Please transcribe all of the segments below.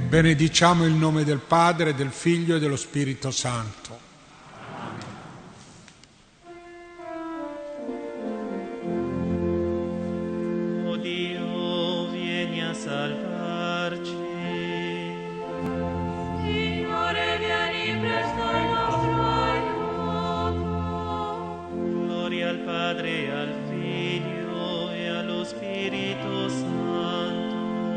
Benediciamo il nome del Padre, del Figlio e dello Spirito Santo. O Dio, vieni a salvarci. Signore, vieni presto in nostro aiuto. Gloria al Padre, e al Figlio e allo Spirito Santo.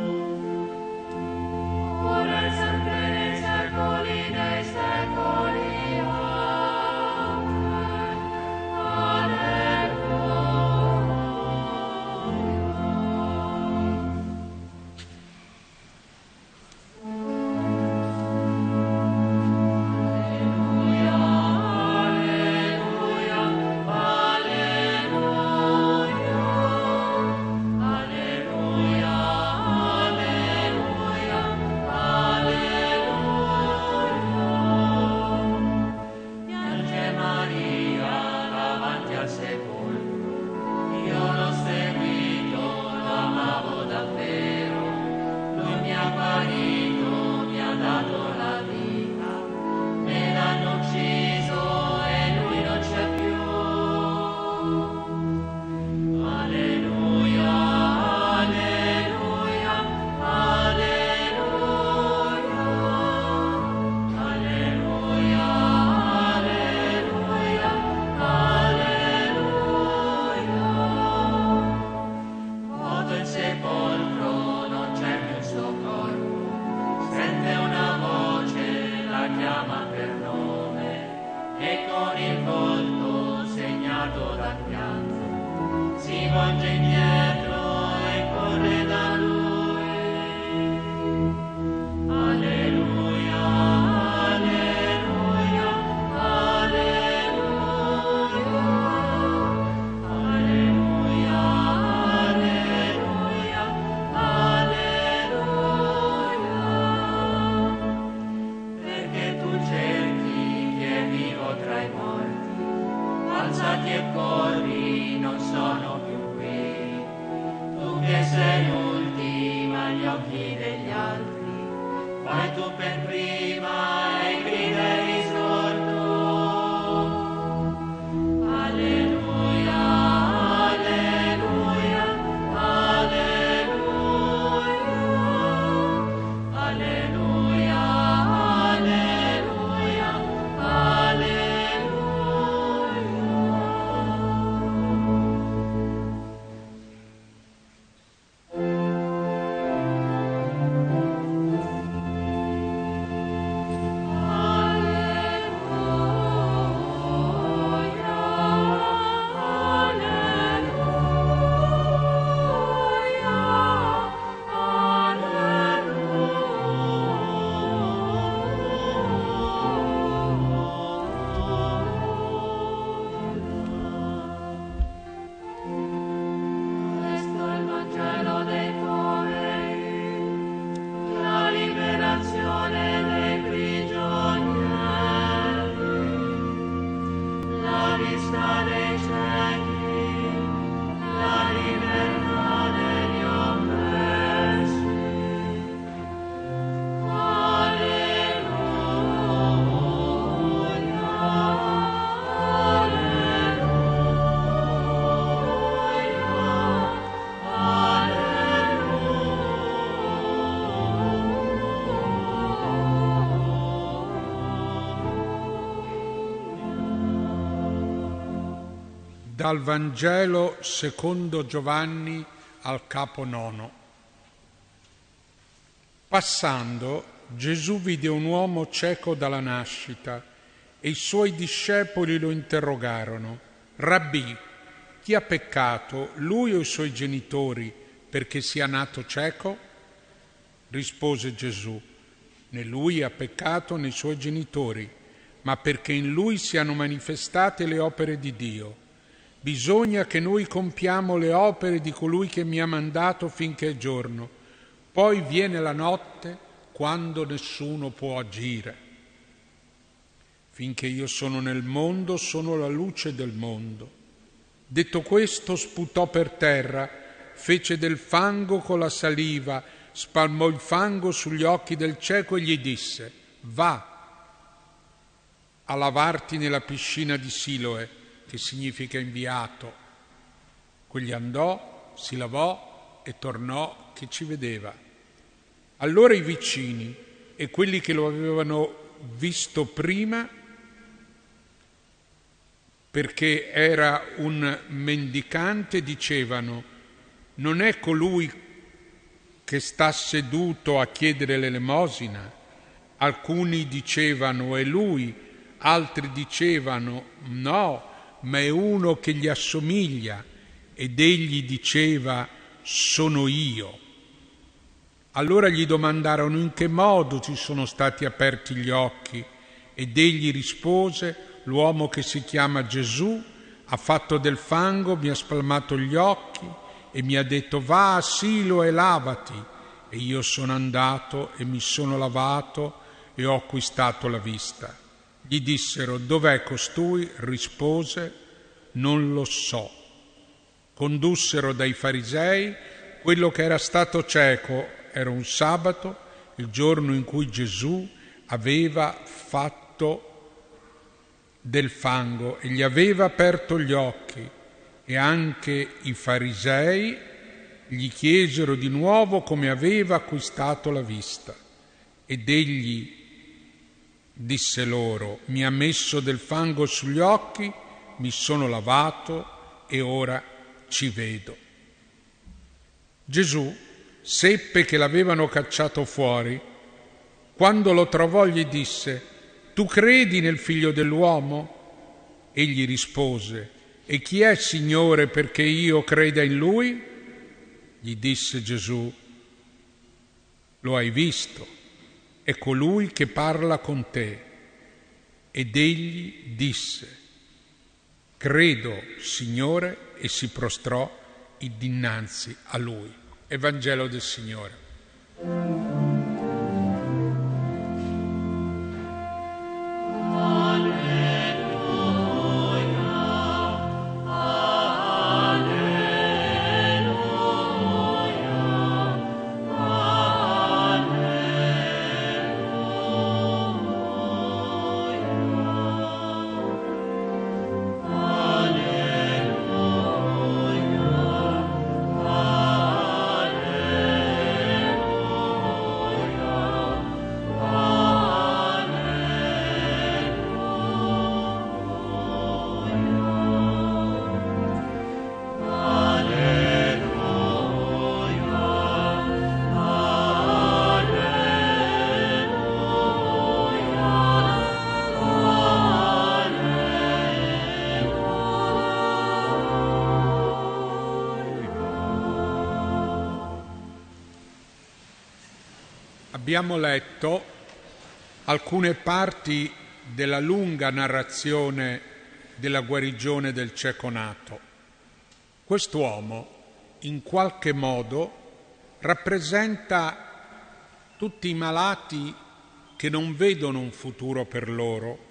Ora e sempre nei secoli dei secoli. Alzati e corri, non sono più qui. Tu che sei l'ultima agli occhi degli altri, vai tu per prima e grida il risorto. Alleluia, alleluia, alleluia, alleluia, alleluia, alleluia. Questo è il Vangelo dei poveri, la liberazione dei prigionieri, la vista dei ciechi, la libertà degli oppressi. Dal Vangelo secondo Giovanni al capo 9. Passando, Gesù vide un uomo cieco dalla nascita e i suoi discepoli lo interrogarono: Rabbì, chi ha peccato, lui o i suoi genitori, perché sia nato cieco? Rispose Gesù: né lui ha peccato né i suoi genitori, ma perché in lui siano manifestate le opere di Dio. Bisogna che noi compiamo le opere di colui che mi ha mandato finché è giorno. Poi viene la notte, quando nessuno può agire. Finché io sono nel mondo, sono la luce del mondo. Detto questo, sputò per terra, fece del fango con la saliva, spalmò il fango sugli occhi del cieco e gli disse: va a lavarti nella piscina di Siloe, che significa inviato. Quegli andò, si lavò e tornò che ci vedeva. Allora i vicini e quelli che lo avevano visto prima, perché era un mendicante, dicevano: non è colui che sta seduto a chiedere l'elemosina? Alcuni dicevano: è lui, altri dicevano: no, ma è uno che gli assomiglia. Ed egli diceva: sono io. Allora gli domandarono: in che modo ci sono stati aperti gli occhi? Ed egli rispose: l'uomo che si chiama Gesù ha fatto del fango, mi ha spalmato gli occhi e mi ha detto: va a Silo e lavati. E io sono andato e mi sono lavato e ho acquistato la vista. Gli dissero: dov'è costui? Rispose: non lo so. Condussero dai farisei quello che era stato cieco. Era un sabato, il giorno in cui Gesù aveva fatto del fango e gli aveva aperto gli occhi. E anche i farisei gli chiesero di nuovo come aveva acquistato la vista. Ed egli disse loro: mi ha messo del fango sugli occhi, mi sono lavato e ora ci vedo. Gesù seppe che l'avevano cacciato fuori. Quando lo trovò gli disse: tu credi nel Figlio dell'uomo? Egli rispose: e chi è, Signore, perché io creda in Lui? Gli disse Gesù: lo hai visto, è colui che parla con te. Ed egli disse: credo, Signore, e si prostrò dinanzi a Lui. Evangelo del Signore. Abbiamo letto alcune parti della lunga narrazione della guarigione del cieco nato. Quest'uomo, in qualche modo, rappresenta tutti i malati che non vedono un futuro per loro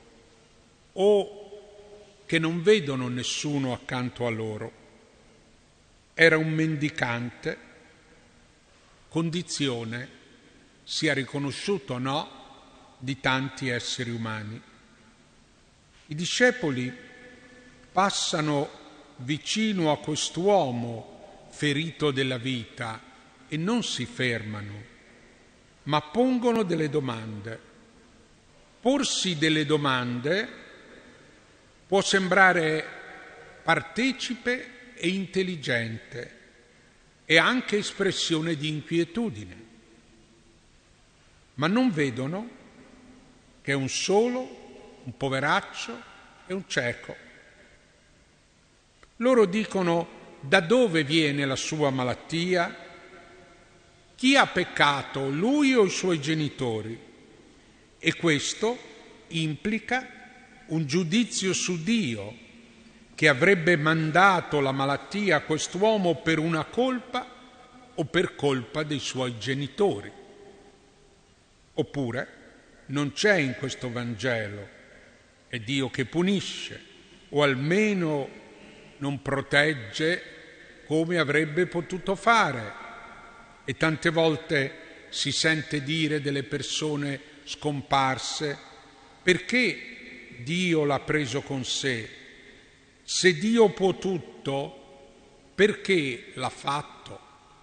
o che non vedono nessuno accanto a loro. Era un mendicante, condizione, sia riconosciuto o no, di tanti esseri umani. I discepoli passano vicino a quest'uomo ferito della vita e non si fermano, ma pongono delle domande. Porsi delle domande può sembrare partecipe e intelligente e anche espressione di inquietudine, ma non vedono che è un solo, un poveraccio e un cieco. Loro dicono: da dove viene la sua malattia? Chi ha peccato, lui o i suoi genitori? E questo implica un giudizio su Dio, che avrebbe mandato la malattia a quest'uomo per una colpa o per colpa dei suoi genitori. Oppure non c'è in questo Vangelo, è Dio che punisce, o almeno non protegge come avrebbe potuto fare. E tante volte si sente dire delle persone scomparse: perché Dio l'ha preso con sé? Se Dio può tutto, perché l'ha fatto?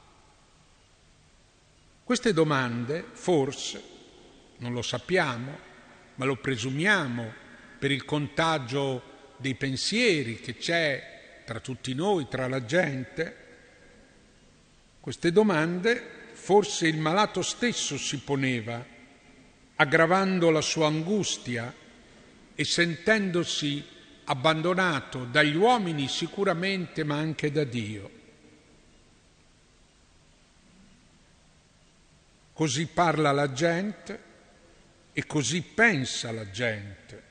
Queste domande, forse, non lo sappiamo, ma lo presumiamo per il contagio dei pensieri che c'è tra tutti noi, tra la gente. Queste domande forse il malato stesso si poneva, aggravando la sua angustia e sentendosi abbandonato dagli uomini sicuramente, ma anche da Dio. Così parla la gente e così pensa la gente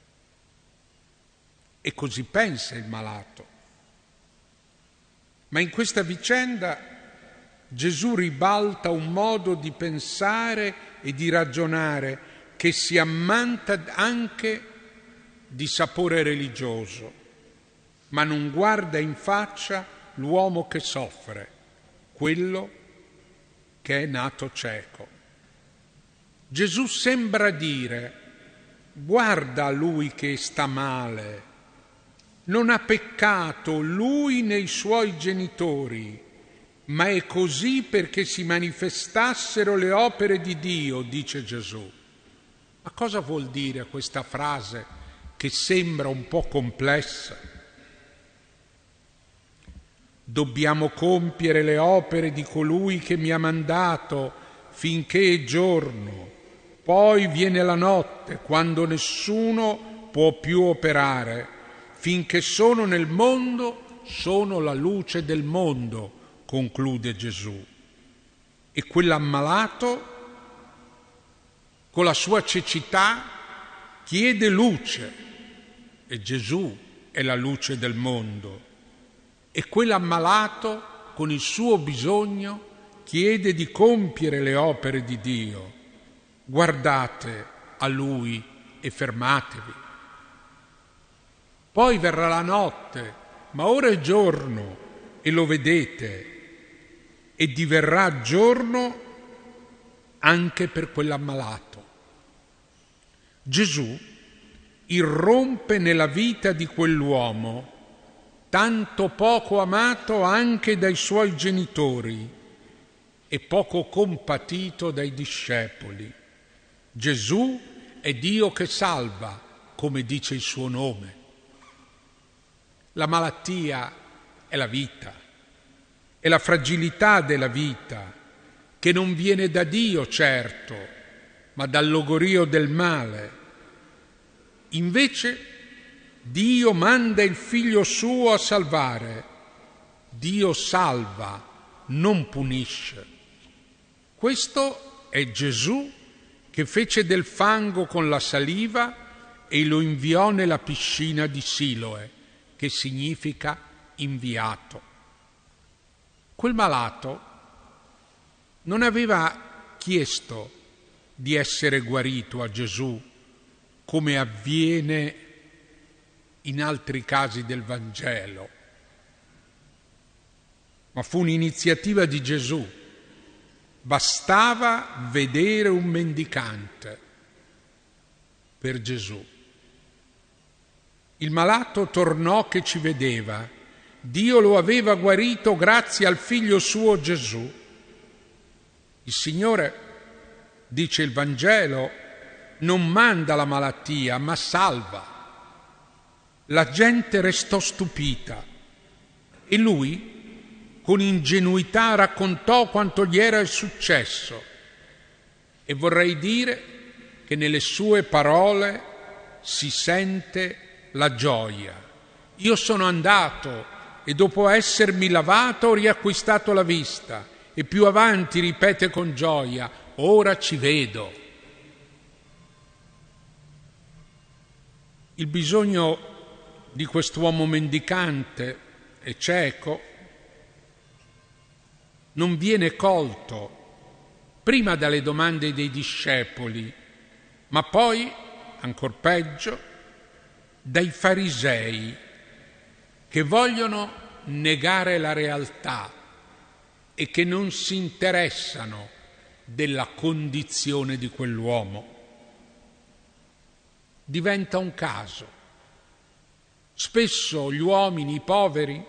e così pensa il malato. Ma in questa vicenda Gesù ribalta un modo di pensare e di ragionare che si ammanta anche di sapore religioso, ma non guarda in faccia l'uomo che soffre, quello che è nato cieco. Gesù sembra dire: guarda lui che sta male, non ha peccato lui né i suoi genitori, ma è così perché si manifestassero le opere di Dio, dice Gesù. Ma cosa vuol dire questa frase che sembra un po' complessa? Dobbiamo compiere le opere di colui che mi ha mandato finché è giorno, poi viene la notte, quando nessuno può più operare. Finché sono nel mondo, sono la luce del mondo, conclude Gesù. E quell'ammalato, con la sua cecità, chiede luce, e Gesù è la luce del mondo. E quell'ammalato, con il suo bisogno, chiede di compiere le opere di Dio. Guardate a Lui e fermatevi. Poi verrà la notte, ma ora è giorno e lo vedete, e diverrà giorno anche per quell'ammalato. Gesù irrompe nella vita di quell'uomo, tanto poco amato anche dai suoi genitori e poco compatito dai discepoli. Gesù è Dio che salva, come dice il suo nome. La malattia è la vita, è la fragilità della vita, che non viene da Dio, certo, ma dal logorio del male. Invece Dio manda il Figlio suo a salvare. Dio salva, non punisce. Questo è Gesù che fece del fango con la saliva e lo inviò nella piscina di Siloe, che significa inviato. Quel malato non aveva chiesto di essere guarito a Gesù, come avviene in altri casi del Vangelo, ma fu un'iniziativa di Gesù. Bastava vedere un mendicante per Gesù. Il malato tornò che ci vedeva. Dio lo aveva guarito grazie al Figlio suo Gesù. Il Signore, dice il Vangelo, non manda la malattia, ma salva. La gente restò stupita e lui, con ingenuità, raccontò quanto gli era successo. E vorrei dire che nelle sue parole si sente la gioia. Io sono andato e dopo essermi lavato ho riacquistato la vista. E più avanti ripete con gioia: ora ci vedo. Il bisogno di quest'uomo mendicante e cieco non viene colto prima dalle domande dei discepoli, ma poi, ancor peggio, dai farisei che vogliono negare la realtà e che non si interessano della condizione di quell'uomo. Diventa un caso. Spesso gli uomini, i poveri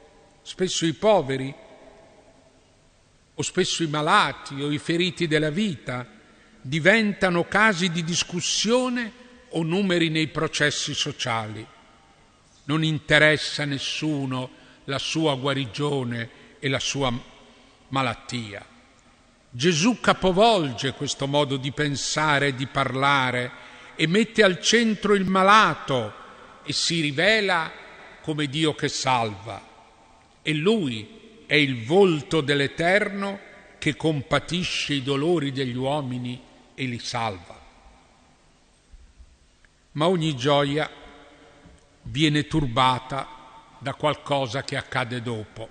o spesso i malati o i feriti della vita diventano casi di discussione o numeri nei processi sociali. Non interessa a nessuno la sua guarigione e la sua malattia. Gesù capovolge questo modo di pensare e di parlare e mette al centro il malato e si rivela come Dio che salva. E Lui è il volto dell'Eterno che compatisce i dolori degli uomini e li salva. Ma ogni gioia viene turbata da qualcosa che accade dopo.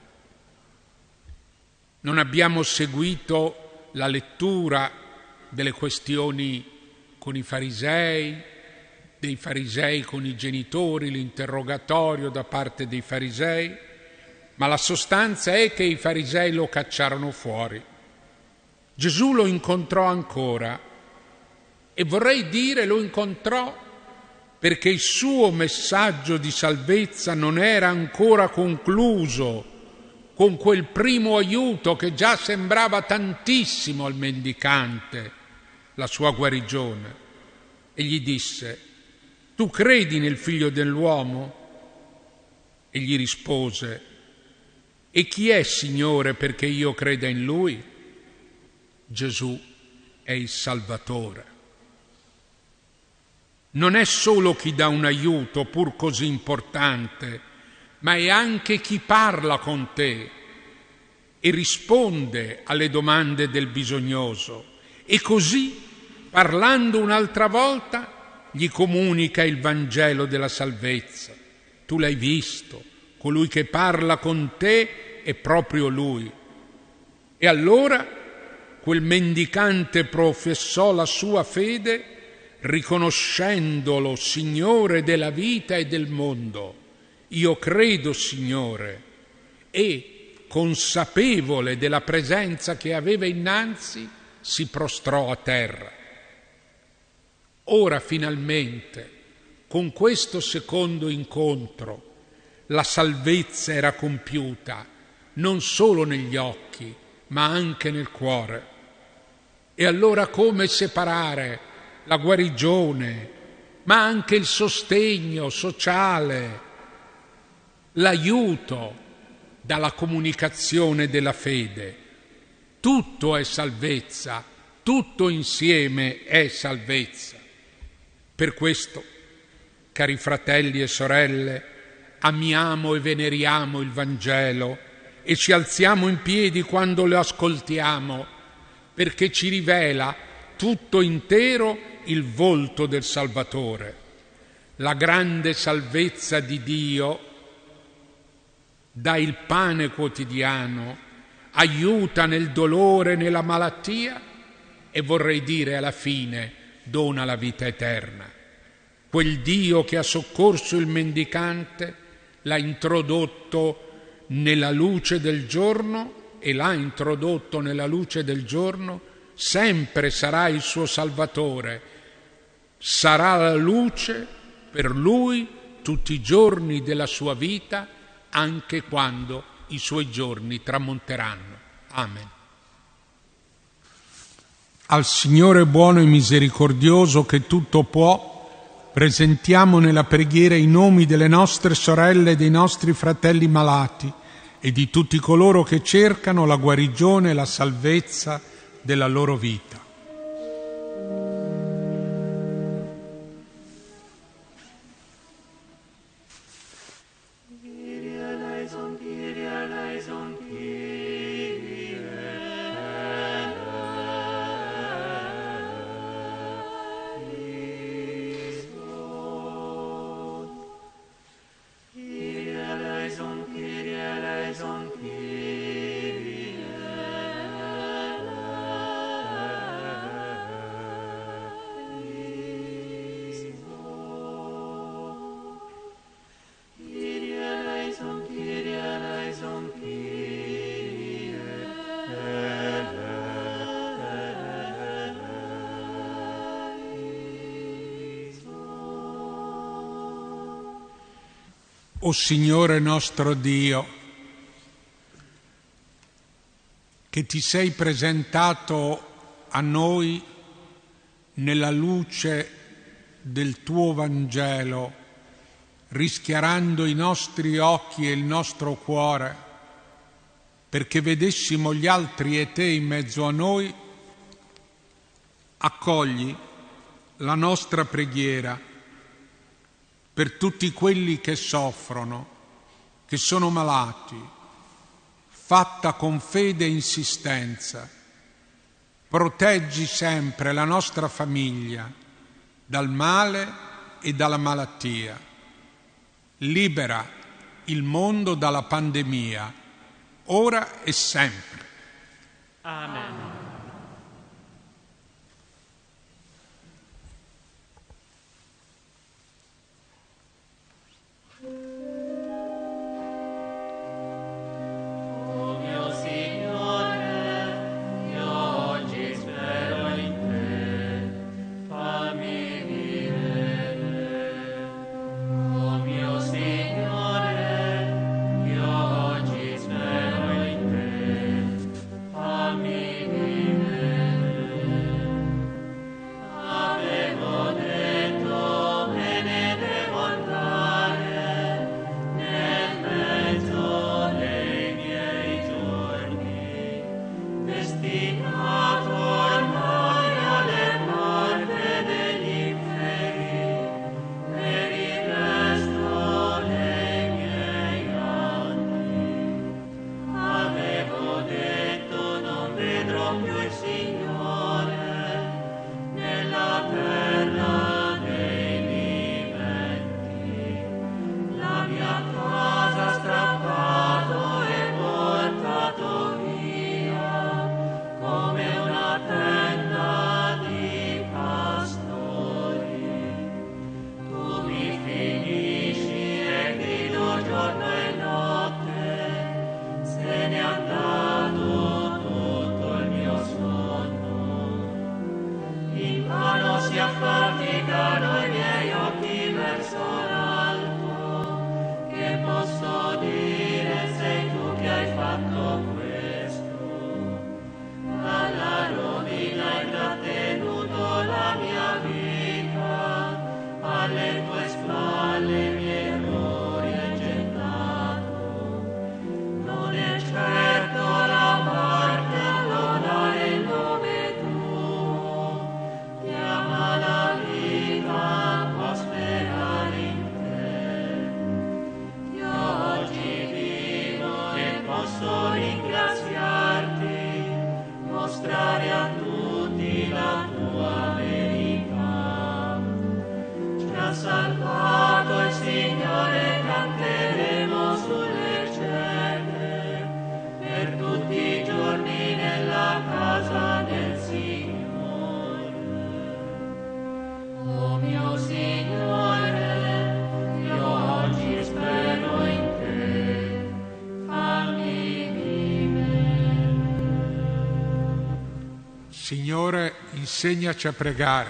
Non abbiamo seguito la lettura delle questioni con i farisei, dei farisei con i genitori, l'interrogatorio da parte dei farisei, ma la sostanza è che i farisei lo cacciarono fuori. Gesù lo incontrò ancora e vorrei dire lo incontrò perché il suo messaggio di salvezza non era ancora concluso con quel primo aiuto che già sembrava tantissimo al mendicante, la sua guarigione. E gli disse: tu credi nel Figlio dell'uomo? E gli rispose: e chi è, Signore, perché io creda in Lui? Gesù è il Salvatore. Non è solo chi dà un aiuto, pur così importante, ma è anche chi parla con te e risponde alle domande del bisognoso. E così, parlando un'altra volta, gli comunica il Vangelo della salvezza. Tu l'hai visto, colui che parla con te è proprio Lui. E allora quel mendicante professò la sua fede riconoscendolo Signore della vita e del mondo. Io credo, Signore, e consapevole della presenza che aveva innanzi, si prostrò a terra. Ora finalmente, con questo secondo incontro, la salvezza era compiuta, non solo negli occhi, ma anche nel cuore. E allora come separare la guarigione, ma anche il sostegno sociale, l'aiuto dalla comunicazione della fede? Tutto è salvezza, tutto insieme è salvezza. Per questo, cari fratelli e sorelle, amiamo e veneriamo il Vangelo e ci alziamo in piedi quando lo ascoltiamo, perché ci rivela tutto intero il volto del Salvatore. La grande salvezza di Dio dà il pane quotidiano, aiuta nel dolore, nella malattia e vorrei dire alla fine dona la vita eterna. Quel Dio che ha soccorso il mendicante l'ha introdotto nella luce del giorno e l'ha introdotto nella luce del giorno, sempre sarà il suo Salvatore, sarà la luce per lui tutti i giorni della sua vita, anche quando i suoi giorni tramonteranno. Amen. Al Signore buono e misericordioso che tutto può, presentiamo nella preghiera i nomi delle nostre sorelle e dei nostri fratelli malati e di tutti coloro che cercano la guarigione e la salvezza della loro vita. O Signore nostro Dio, che ti sei presentato a noi nella luce del tuo Vangelo, rischiarando i nostri occhi e il nostro cuore, perché vedessimo gli altri e te in mezzo a noi, accogli la nostra preghiera per tutti quelli che soffrono, che sono malati, fatta con fede e insistenza. Proteggi sempre la nostra famiglia dal male e dalla malattia. Libera il mondo dalla pandemia, ora e sempre. Amen. Signore, insegnaci a pregare.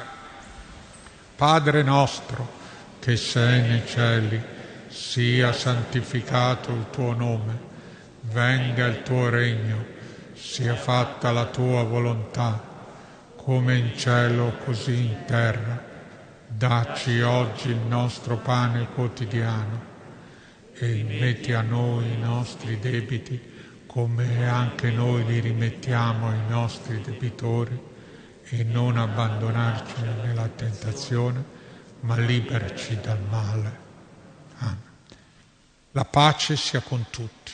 Padre nostro, che sei nei cieli, sia santificato il tuo nome, venga il tuo regno, sia fatta la tua volontà, come in cielo così in terra. Dacci oggi il nostro pane quotidiano e rimetti a noi i nostri debiti, come anche noi li rimettiamo ai nostri debitori, e non abbandonarci nella tentazione, ma liberaci dal male. Amen. La pace sia con tutti.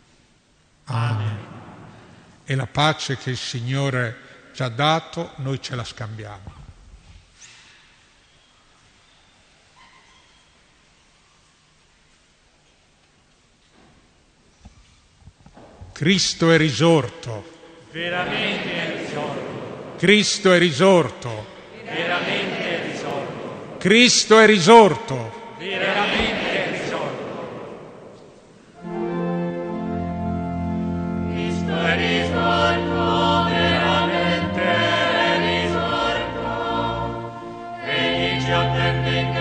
Amen. E la pace che il Signore ci ha dato, noi ce la scambiamo. Cristo è risorto. Veramente è risorto. Cristo è risorto. Veramente è risorto. Cristo è risorto. Veramente è risorto. Cristo è risorto, veramente è risorto. Egli ci attende in